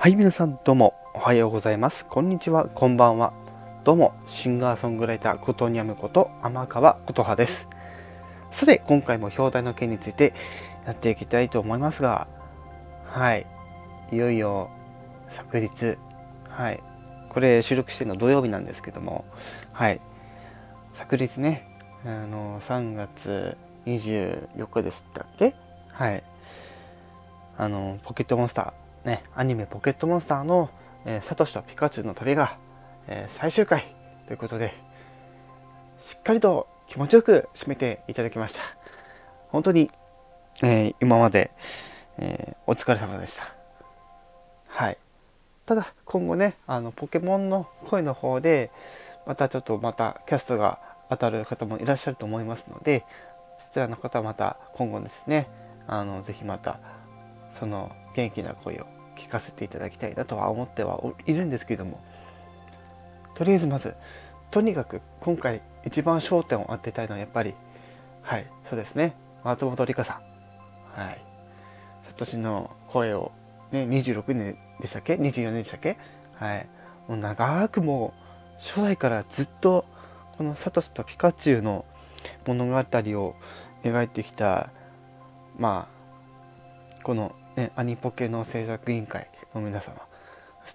はい、皆さんどうもおはようございます。こんにちは、こんばんは。どうも、シンガーソングライターことにゃむこと天川琴葉です。さて、今回も表題の件についてやっていきたいと思いますが、はい、いよいよ昨日、はい、これ収録してるの土曜日なんですけども、はい、昨日ね、3月24日でしたっけ？はい、ポケットモンスター、ね、アニメポケットモンスターの、サトシとピカチュウの旅が、最終回ということで、しっかりと気持ちよく締めていただきました。本当に、今まで、お疲れ様でした。はい。ただ、今後ね、ポケモンの声の方で、またキャストが当たる方もいらっしゃると思いますので、そちらの方はまた今後ですね、ぜひまたその元気な声を聞かせていただきたいなとは思ってはいるんですけども、とりあえずまずとにかく今回一番焦点を当てたいのはやっぱり、はい、そうですね、松本梨香さん、はい、サトシの声をね、26年でしたっけ、24年でしたっけ、はい、もう長くもう初代からずっとこのサトシとピカチュウの物語を描いてきた、まあこのね、アニポケの制作委員会の皆様、そして、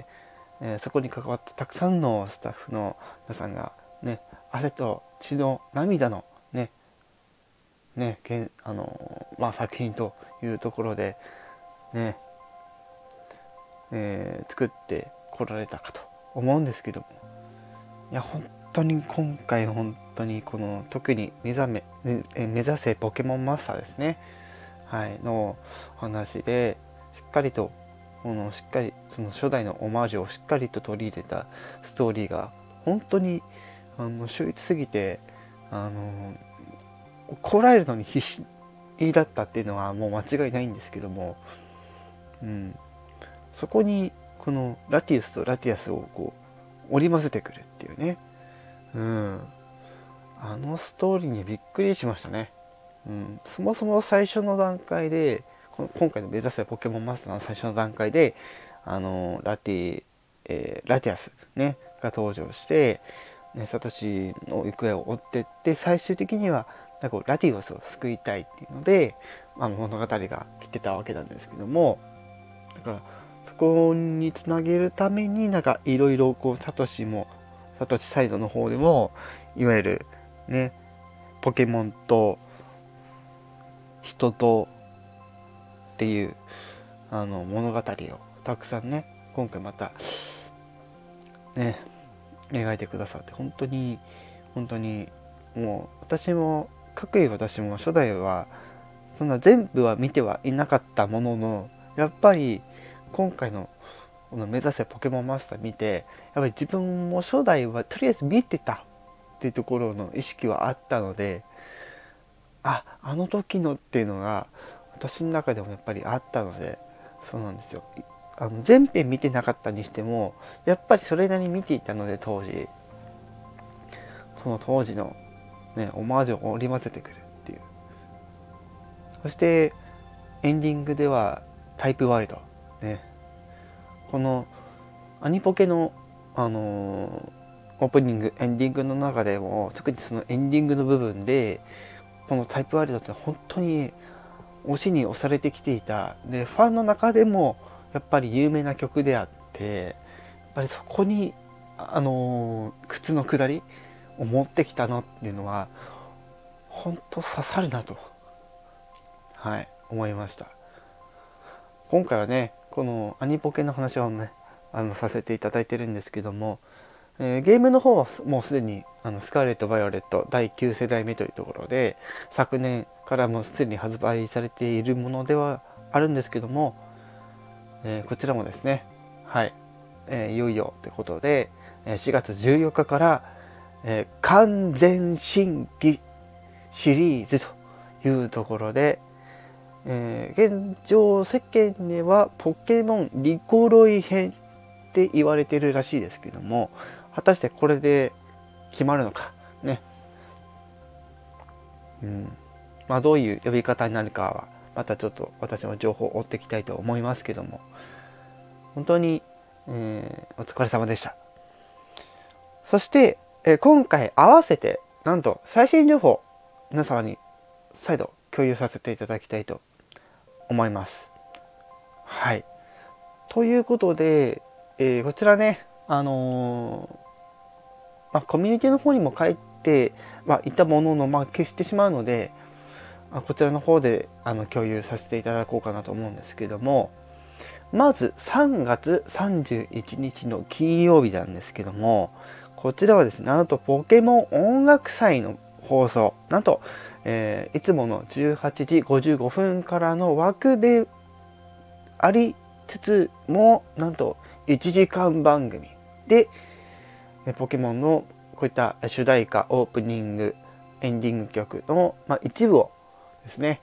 そこに関わったたくさんのスタッフの皆さんがね、汗と血の涙のね、作品というところでね、作ってこられたかと思うんですけども、いや本当に今回本当にこの特に目指せポケモンマスターですね、はい、の話でしっかりとしっかりその初代のオマージュをしっかりと取り入れたストーリーが本当に秀逸すぎて、こらえるのに必死だったっていうのはもう間違いないんですけども、うん、そこにこのラティウスとラティアスをこう織り交ぜてくるっていうね、うん、あのストーリーにびっくりしましたね。うん、そもそも最初の段階で今回の目指せポケモンマスターの最初の段階でラティアス、ね、が登場して、ね、サトシの行方を追っていって最終的にはなんかラティオスを救いたいっていうので、物語が来てたわけなんですけども、だからそこにつなげるためになんかいろいろこうサトシサイドの方でもいわゆるねポケモンと人とっていう物語をたくさんね今回またね描いてくださって、本当に本当にもう私も初代はそんな全部は見てはいなかったものの、やっぱり今回のこの目指せポケモンマスター見て、やっぱり自分も初代はとりあえず見てたっていうところの意識はあったので、あの時のっていうのが私の中でもやっぱりあったので、そうなんですよ。全編見てなかったにしてもやっぱりそれなりに見ていたので、その当時のねオマージュを織り交ぜてくるっていう。そしてエンディングではタイプワイルドね、このアニポケのオープニングエンディングの中でも特にそのエンディングの部分でこのタイプワイルドって本当に推しに押されてきていたで、ファンの中でもやっぱり有名な曲であって、やっぱりそこに靴の下りを持ってきたのっていうのは本当刺さるなと、はい思いました。今回はねこのアニポケの話をねさせていただいてるんですけども、ゲームの方はもうすでにスカーレット・バイオレット第9世代目というところで昨年からもうすでに発売されているものではあるんですけども、こちらもですね、はい、いよいよということで4月14日から、完全新規シリーズというところで、現状世間ではポケモンリコロイ編って言われてるらしいですけども、果たしてこれで決まるのかね、どういう呼び方になるかはまたちょっと私も情報を追っていきたいと思いますけども、 本当に、お疲れ様でした。そして、今回合わせてなんと最新情報皆様に再度共有させていただきたいと思います。はい。ということで、こちらね、コミュニティの方にも書いて、いたものの、消してしまうので、こちらの方で共有させていただこうかなと思うんですけども、まず3月31日の金曜日なんですけども、こちらはですね、なんとポケモン音楽祭の放送、なんと、いつもの18時55分からの枠でありつつも、なんと1時間番組でポケモンのこういった主題歌、オープニング、エンディング曲の、一部をですね、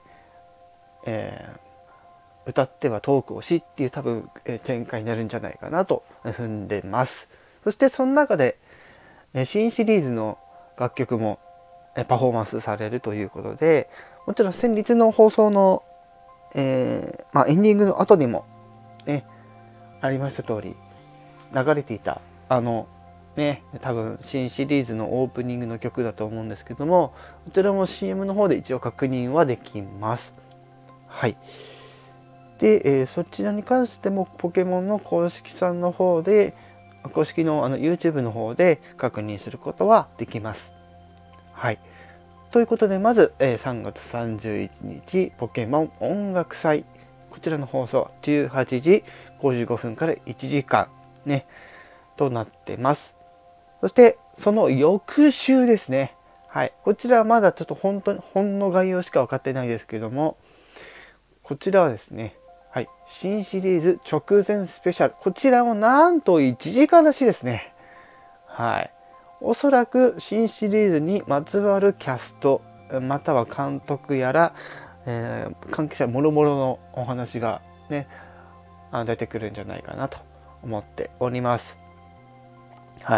歌ってはトークをしっていう多分、展開になるんじゃないかなと踏んでます。そしてその中で、新シリーズの楽曲もパフォーマンスされるということで、もちろん先日の放送の、エンディングの後にもね、ありました通り流れていた多分新シリーズのオープニングの曲だと思うんですけども、こちらも CM の方で一応確認はできます。はい。で、そちらに関してもポケモンの公式さんの方で、公式のYouTube の方で確認することはできます。はい。ということで、まず、3月31日ポケモン音楽祭、こちらの放送18時55分から1時間ねとなってます。そしてその翌週ですね。はい。こちらはまだちょっと本当にほんの概要しか分かってないですけども、こちらはですね、はい、新シリーズ直前スペシャル。こちらもなんと1時間らしいですね。はい。おそらく新シリーズにまつわるキャスト、または監督やら、関係者もろもろのお話がね、出てくるんじゃないかなと思っております。はい。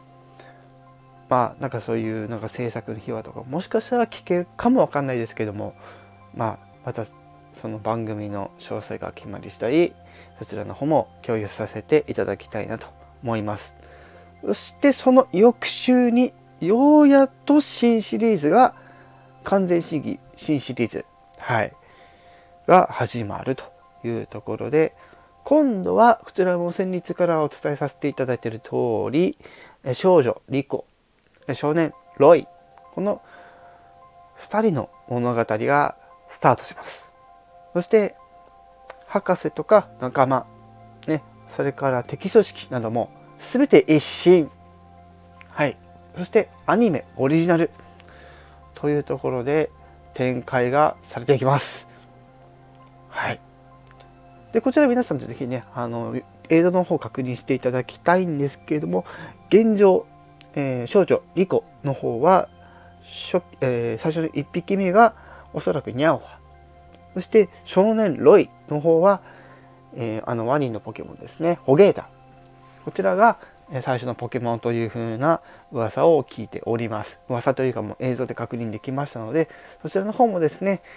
なんかそういうなんか制作の秘話とかもしかしたら聞けるかもわかんないですけども、またその番組の詳細が決まり次第そちらの方も共有させていただきたいなと思います。そしてその翌週にようやっと新シリーズが完全新シリーズ、はい、が始まるというところで、今度はこちらも先日からお伝えさせていただいている通り、少女リコ、少年ロイ、この2人の物語がスタートします。そして博士とか仲間、ね、それから敵組織なども全て一新、はい、そしてアニメオリジナルというところで展開がされていきます。はい。でこちら皆さんぜひね映像の方確認していただきたいんですけれども、現状、少女リコの方は最初の1匹目がおそらくニャオハ、そして少年ロイの方は、ワニのポケモンですね、ホゲータ、こちらが最初のポケモンという風な噂を聞いております。噂というかもう映像で確認できましたので、そちらの方もですね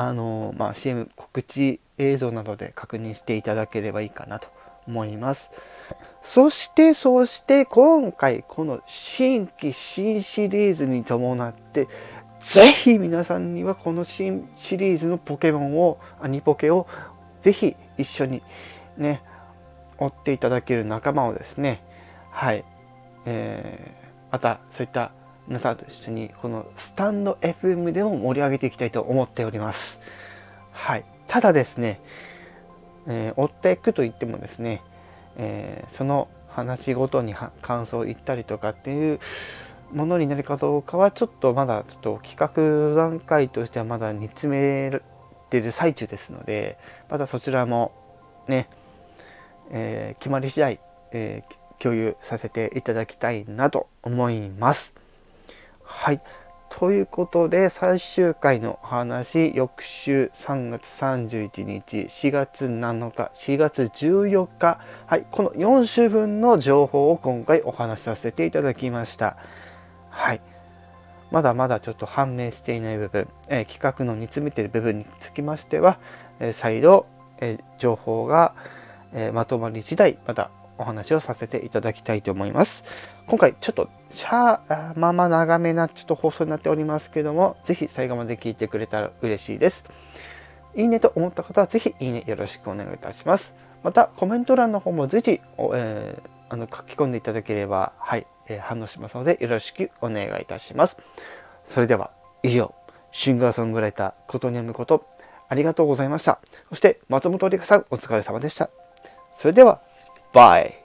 CM 告知映像などで確認していただければいいかなと思います。そして今回この新規新シリーズに伴ってぜひ皆さんにはこの新シリーズのポケモンをアニポケをぜひ一緒にね追っていただける仲間をですね、はい、またそういった皆さんと一緒にこのスタンド FM でも盛り上げていきたいと思っております。はい、ただですね、追っていくといってもですね、その話ごとに感想を言ったりとかっていうものになるかどうかはちょっとまだちょっと企画段階としてはまだ煮詰めてる最中ですので、またそちらもね、決まり次第、共有させていただきたいなと思います。はい。ということで最終回のお話、翌週3月31日、4月7日、4月14日、はい、この4週分の情報を今回お話しさせていただきました。はい。まだまだちょっと判明していない部分、企画の煮詰めている部分につきましては、再度、情報が、 まとまり次第またお話をさせていただきたいと思います。今回ちょっとまあまあ長めなちょっと放送になっておりますけども、ぜひ最後まで聞いてくれたら嬉しいです。いいねと思った方はぜひいいねよろしくお願いいたします。またコメント欄の方も随時書き込んでいただければ、はい、反応しますのでよろしくお願いいたします。それでは以上、シンガーソングライターことにゃむことありがとうございました。そして松本里香さんお疲れ様でした。それではバイ。